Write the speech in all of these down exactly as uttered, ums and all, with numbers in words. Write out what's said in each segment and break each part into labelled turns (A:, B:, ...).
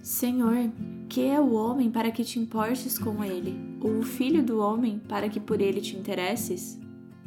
A: Senhor, que é o homem para que te importes com ele, ou o filho do homem para que por ele te interesses?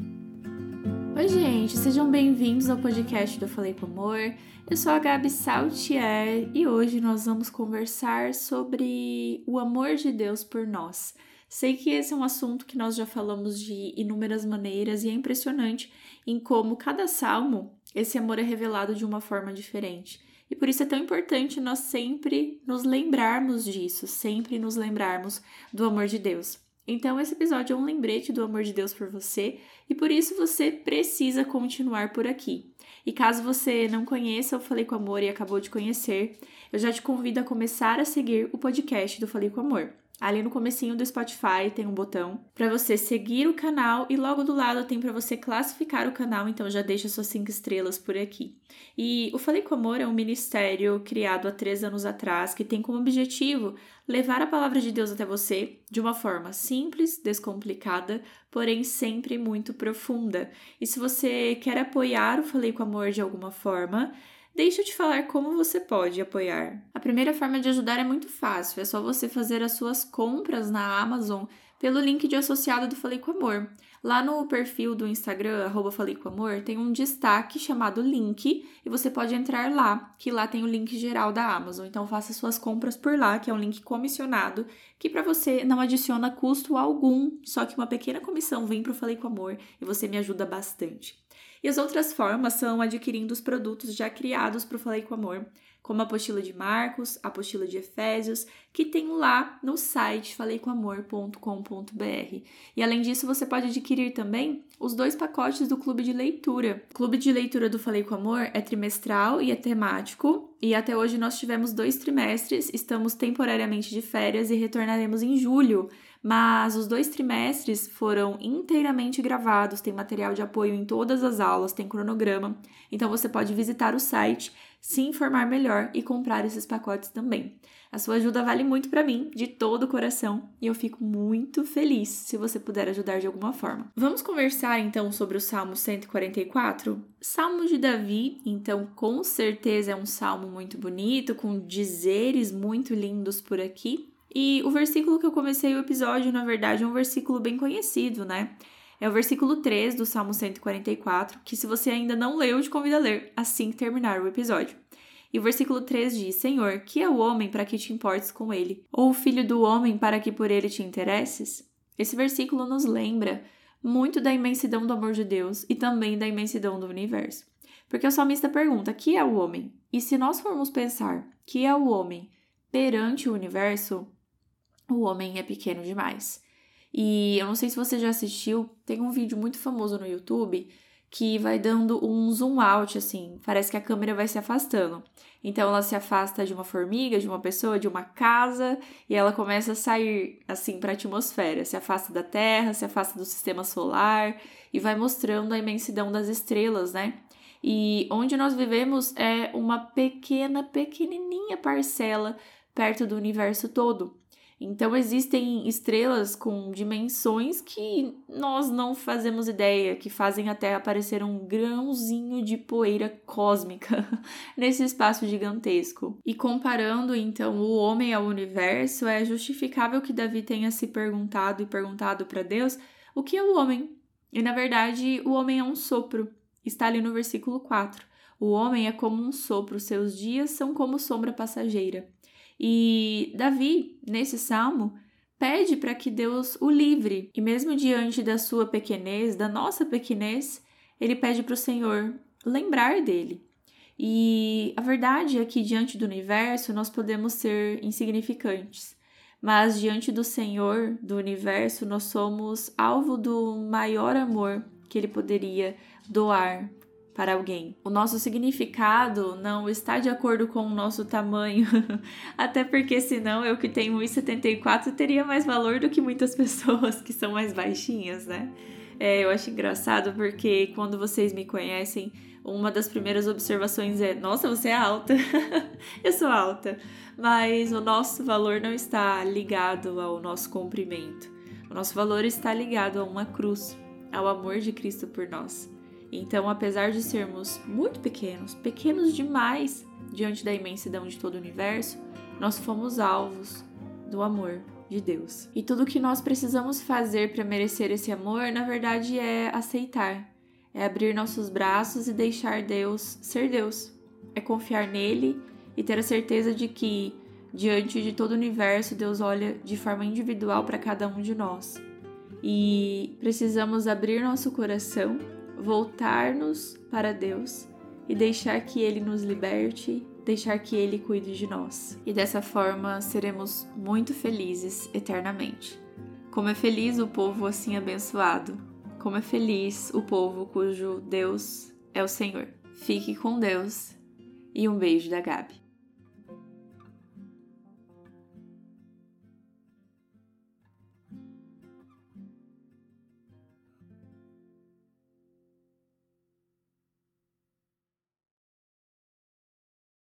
A: Oi gente, sejam bem-vindos ao podcast do Eu Falei com Amor. Eu sou a Gabi Saltier e hoje nós vamos conversar sobre o amor de Deus por nós. Sei que esse é um assunto que nós já falamos de inúmeras maneiras e é impressionante em como cada salmo esse amor é revelado de uma forma diferente. E por isso é tão importante nós sempre nos lembrarmos disso, sempre nos lembrarmos do amor de Deus. Então esse episódio é um lembrete do amor de Deus por você e por isso você precisa continuar por aqui. E caso você não conheça o Falei com Amor e acabou de conhecer, eu já te convido a começar a seguir o podcast do Falei com Amor. Ali no comecinho do Spotify tem um botão para você seguir o canal e logo do lado tem para você classificar o canal, então já deixa suas cinco estrelas por aqui. E o Falei com Amor é um ministério criado há três anos atrás que tem como objetivo levar a palavra de Deus até você de uma forma simples, descomplicada, porém sempre muito profunda. E se você quer apoiar o Falei com Amor de alguma forma, deixa eu te falar como você pode apoiar. A primeira forma de ajudar é muito fácil, é só você fazer as suas compras na Amazon pelo link de associado do Falei com Amor. Lá no perfil do Instagram, arroba Falei com Amor, tem um destaque chamado link e você pode entrar lá, que lá tem o link geral da Amazon. Então faça suas compras por lá, que é um link comissionado, que para você não adiciona custo algum, só que uma pequena comissão vem para o Falei com Amor e você me ajuda bastante. E as outras formas são adquirindo os produtos já criados para o Falei com Amor, como a apostila de Marcos, a apostila de Efésios, que tem lá no site falei com amor ponto com ponto b r. E além disso, você pode adquirir também os dois pacotes do Clube de Leitura. O Clube de Leitura do Falei com Amor é trimestral e é temático, e até hoje nós tivemos dois trimestres, estamos temporariamente de férias e retornaremos em julho. Mas os dois trimestres foram inteiramente gravados, tem material de apoio em todas as aulas, tem cronograma, então você pode visitar o site, se informar melhor e comprar esses pacotes também. A sua ajuda vale muito para mim, de todo o coração, e eu fico muito feliz se você puder ajudar de alguma forma. Vamos conversar então sobre o Salmo cento e quarenta e quatro? Salmo de Davi, então com certeza é um salmo muito bonito, com dizeres muito lindos por aqui. E o versículo que eu comecei o episódio, na verdade, é um versículo bem conhecido, né? É o versículo três do Salmo cento e quarenta e quatro, que se você ainda não leu, eu te convido a ler assim que terminar o episódio. E o versículo três diz: Senhor, que é o homem para que te importes com ele? Ou o filho do homem para que por ele te interesses? Esse versículo nos lembra muito da imensidão do amor de Deus e também da imensidão do universo. Porque o salmista pergunta: que é o homem? E se nós formos pensar que é o homem perante o universo, o homem é pequeno demais. E eu não sei se você já assistiu, tem um vídeo muito famoso no YouTube que vai dando um zoom out, assim, parece que a câmera vai se afastando. Então ela se afasta de uma formiga, de uma pessoa, de uma casa, e ela começa a sair, assim, para a atmosfera. Se afasta da Terra, se afasta do sistema solar, e vai mostrando a imensidão das estrelas, né? E onde nós vivemos é uma pequena, pequenininha parcela perto do universo todo. Então, existem estrelas com dimensões que nós não fazemos ideia, que fazem até aparecer um grãozinho de poeira cósmica nesse espaço gigantesco. E comparando, então, o homem ao universo, é justificável que Davi tenha se perguntado e perguntado para Deus o que é o homem. E, na verdade, o homem é um sopro. Está ali no versículo quatro. O homem é como um sopro, seus dias são como sombra passageira. E Davi, nesse salmo, pede para que Deus o livre. E mesmo diante da sua pequenez, da nossa pequenez, ele pede para o Senhor lembrar dele. E a verdade é que diante do universo nós podemos ser insignificantes. Mas diante do Senhor, do universo, nós somos alvo do maior amor que ele poderia doar para alguém. O nosso significado não está de acordo com o nosso tamanho, até porque senão eu que tenho um metro e setenta e quatro teria mais valor do que muitas pessoas que são mais baixinhas, né? É, eu acho engraçado porque quando vocês me conhecem, uma das primeiras observações é: nossa, você é alta. Eu sou alta. Mas o nosso valor não está ligado ao nosso comprimento. O nosso valor está ligado a uma cruz, ao amor de Cristo por nós. Então, apesar de sermos muito pequenos, pequenos demais diante da imensidão de todo o universo, nós fomos alvos do amor de Deus. E tudo que nós precisamos fazer para merecer esse amor, na verdade, é aceitar. É abrir nossos braços e deixar Deus ser Deus. É confiar nele e ter a certeza de que, diante de todo o universo, Deus olha de forma individual para cada um de nós. E precisamos abrir nosso coração, voltar-nos para Deus e deixar que Ele nos liberte, deixar que Ele cuide de nós. E dessa forma seremos muito felizes eternamente. Como é feliz o povo assim abençoado. Como é feliz o povo cujo Deus é o Senhor. Fique com Deus e um beijo da Gabi.